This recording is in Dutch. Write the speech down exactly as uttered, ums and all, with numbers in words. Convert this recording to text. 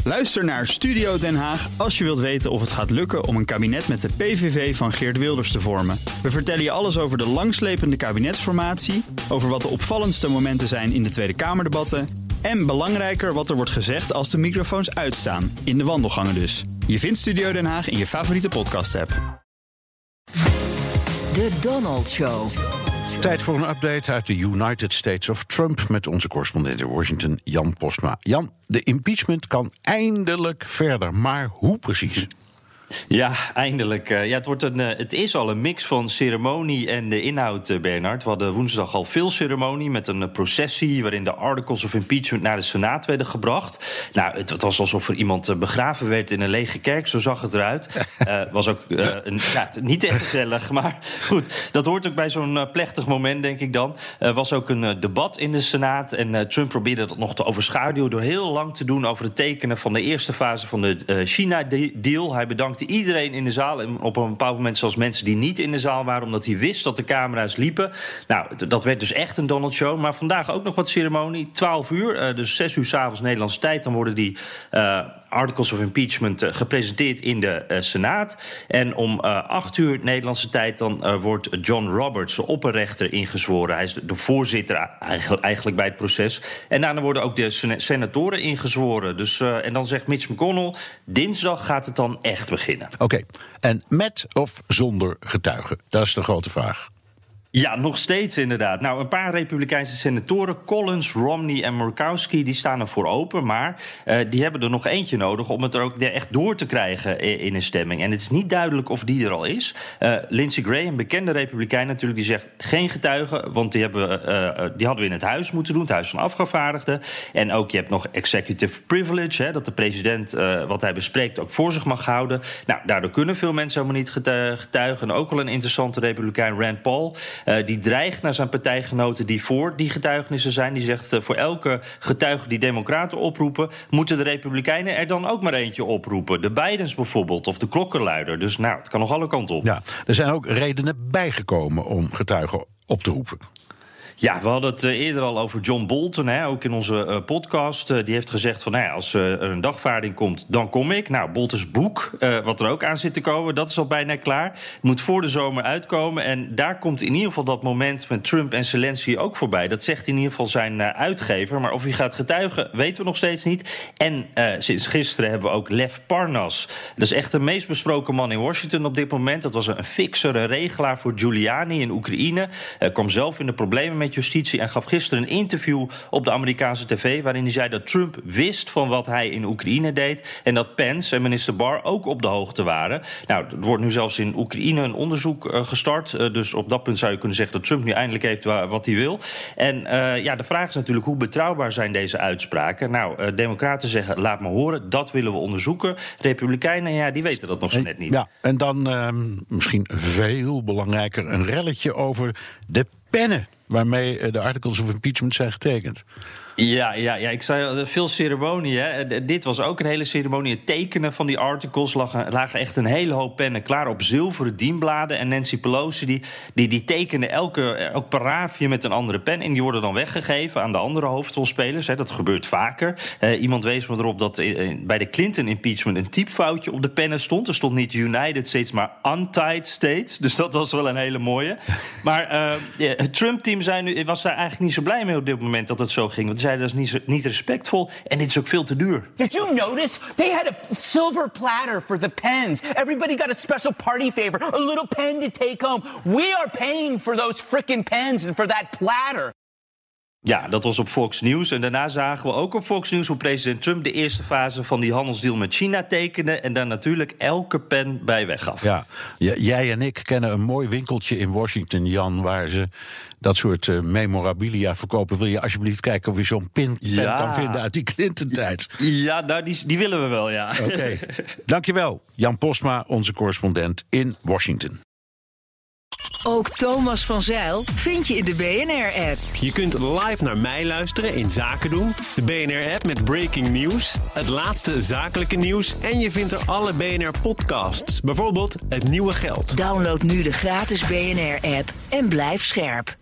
Luister naar Studio Den Haag als je wilt weten of het gaat lukken om een kabinet met de P V V van Geert Wilders te vormen. We vertellen je alles over de langslepende kabinetsformatie, over wat de opvallendste momenten zijn in de Tweede Kamerdebatten en belangrijker wat er wordt gezegd als de microfoons uitstaan, in de wandelgangen dus. Je vindt Studio Den Haag in je favoriete podcast-app. De Donald Show. Tijd voor een update uit de United States of Trump met onze correspondent in Washington, Jan Postma. Jan, de impeachment kan eindelijk verder, maar hoe precies? Ja, eindelijk. Ja, het, wordt een, het is al een mix van ceremonie en de inhoud, Bernard. We hadden woensdag al veel ceremonie met een processie waarin de articles of impeachment naar de Senaat werden gebracht. Nou, het, het was alsof er iemand begraven werd in een lege kerk, zo zag het eruit. uh, was ook uh, een, ja, niet echt gezellig, maar goed, dat hoort ook bij zo'n uh, plechtig moment, denk ik dan. Er uh, was ook een uh, debat in de Senaat en uh, Trump probeerde dat nog te overschaduwen door heel lang te doen over het tekenen van de eerste fase van de uh, China-deal. Hij bedankt iedereen in de zaal en op een bepaald moment zelfs mensen die niet in de zaal waren, omdat hij wist dat de camera's liepen. Nou, dat werd dus echt een Donald Show. Maar vandaag ook nog wat ceremonie. twaalf uur, dus zes uur 's avonds Nederlandse tijd. Dan worden die uh, articles of impeachment uh, gepresenteerd in de uh, Senaat. En om uh, acht uur Nederlandse tijd dan uh, wordt John Roberts, de opperrechter, ingezworen. Hij is de, de voorzitter eigenlijk, eigenlijk bij het proces. En daarna worden ook de sen- senatoren ingezworen. Dus, uh, en dan zegt Mitch McConnell, dinsdag gaat het dan echt beginnen. Oké, okay. En met of zonder getuigen? Dat is de grote vraag. Ja, nog steeds inderdaad. Nou, een paar Republikeinse senatoren, Collins, Romney en Murkowski, die staan ervoor open. Maar uh, die hebben er nog eentje nodig om het er ook echt door te krijgen in een stemming. En het is niet duidelijk of die er al is. Uh, Lindsey Graham, een bekende Republikein natuurlijk, die zegt geen getuigen, want die, hebben, uh, die hadden we in het huis moeten doen, het Huis van Afgevaardigden. En ook, je hebt nog executive privilege, hè, dat de president uh, wat hij bespreekt ook voor zich mag houden. Nou, daardoor kunnen veel mensen helemaal niet getuigen. En ook al een interessante Republikein, Rand Paul, Uh, die dreigt naar zijn partijgenoten die voor die getuigenissen zijn. Die zegt uh, voor elke getuige die democraten oproepen, moeten de Republikeinen er dan ook maar eentje oproepen. De Bidens bijvoorbeeld, of de klokkenluider. Dus nou, het kan nog alle kanten op. Ja, er zijn ook redenen bijgekomen om getuigen op te roepen. Ja, we hadden het eerder al over John Bolton, hè, ook in onze uh, podcast. Uh, die heeft gezegd van, nou ja, als uh, er een dagvaarding komt, dan kom ik. Nou, Boltons boek, uh, wat er ook aan zit te komen, dat is al bijna klaar. Het moet voor de zomer uitkomen. En daar komt in ieder geval dat moment met Trump en Zelensky ook voorbij. Dat zegt in ieder geval zijn uh, uitgever. Maar of hij gaat getuigen, weten we nog steeds niet. En uh, sinds gisteren hebben we ook Lev Parnas. Dat is echt de meest besproken man in Washington op dit moment. Dat was een fixer, een regelaar voor Giuliani in Oekraïne. Hij kwam zelf in de problemen met justitie en gaf gisteren een interview op de Amerikaanse tv waarin hij zei dat Trump wist van wat hij in Oekraïne deed en dat Pence en minister Barr ook op de hoogte waren. Nou, er wordt nu zelfs in Oekraïne een onderzoek uh, gestart. Uh, dus op dat punt zou je kunnen zeggen dat Trump nu eindelijk heeft wa- wat hij wil. En uh, ja, de vraag is natuurlijk hoe betrouwbaar zijn deze uitspraken? Nou, uh, democraten zeggen laat me horen, dat willen we onderzoeken. Republikeinen, ja, die weten dat nog zo net niet. Ja, en dan uh, misschien veel belangrijker een relletje over de pennen waarmee de articles of impeachment zijn getekend. Ja, ja, ja, ik zei veel ceremonie. Hè. Dit was ook een hele ceremonie. Het tekenen van die articles lagen, lagen echt een hele hoop pennen klaar op zilveren dienbladen. En Nancy Pelosi die, die, die tekende elke, elk paraafje met een andere pen. En die worden dan weggegeven aan de andere hoofdrolspelers. Hè. Dat gebeurt vaker. Uh, iemand wees me erop dat uh, bij de Clinton-impeachment een typfoutje op de pennen stond. Er stond niet United States, maar Untied States. Dus dat was wel een hele mooie. Maar uh, yeah, het Trump-team zei nu, was daar eigenlijk niet zo blij mee op dit moment dat het zo ging. Want dat is niet, niet respectvol en dit is ook veel te duur. Did you notice? They had a silver platter for the pens. Everybody got a special party favor, a little pen to take home. We are paying for those frickin' pens and for that platter. Ja, dat was op Fox News. En daarna zagen we ook op Fox News hoe president Trump de eerste fase van die handelsdeal met China tekende en daar natuurlijk elke pen bij weggaf. Ja, j- jij en ik kennen een mooi winkeltje in Washington, Jan, waar ze dat soort uh, memorabilia verkopen. Wil je alsjeblieft kijken of je zo'n pin ja. kan vinden uit die Clinton-tijd? Ja, nou, die, die willen we wel, ja. Oké, okay. Dankjewel. Jan Postma, onze correspondent in Washington. Ook Thomas van Zijl vind je in de B N R-app. Je kunt live naar mij luisteren in Zaken doen. De B N R-app met breaking news, het laatste zakelijke nieuws en je vindt er alle B N R-podcasts. Bijvoorbeeld Het Nieuwe Geld. Download nu de gratis B N R-app en blijf scherp.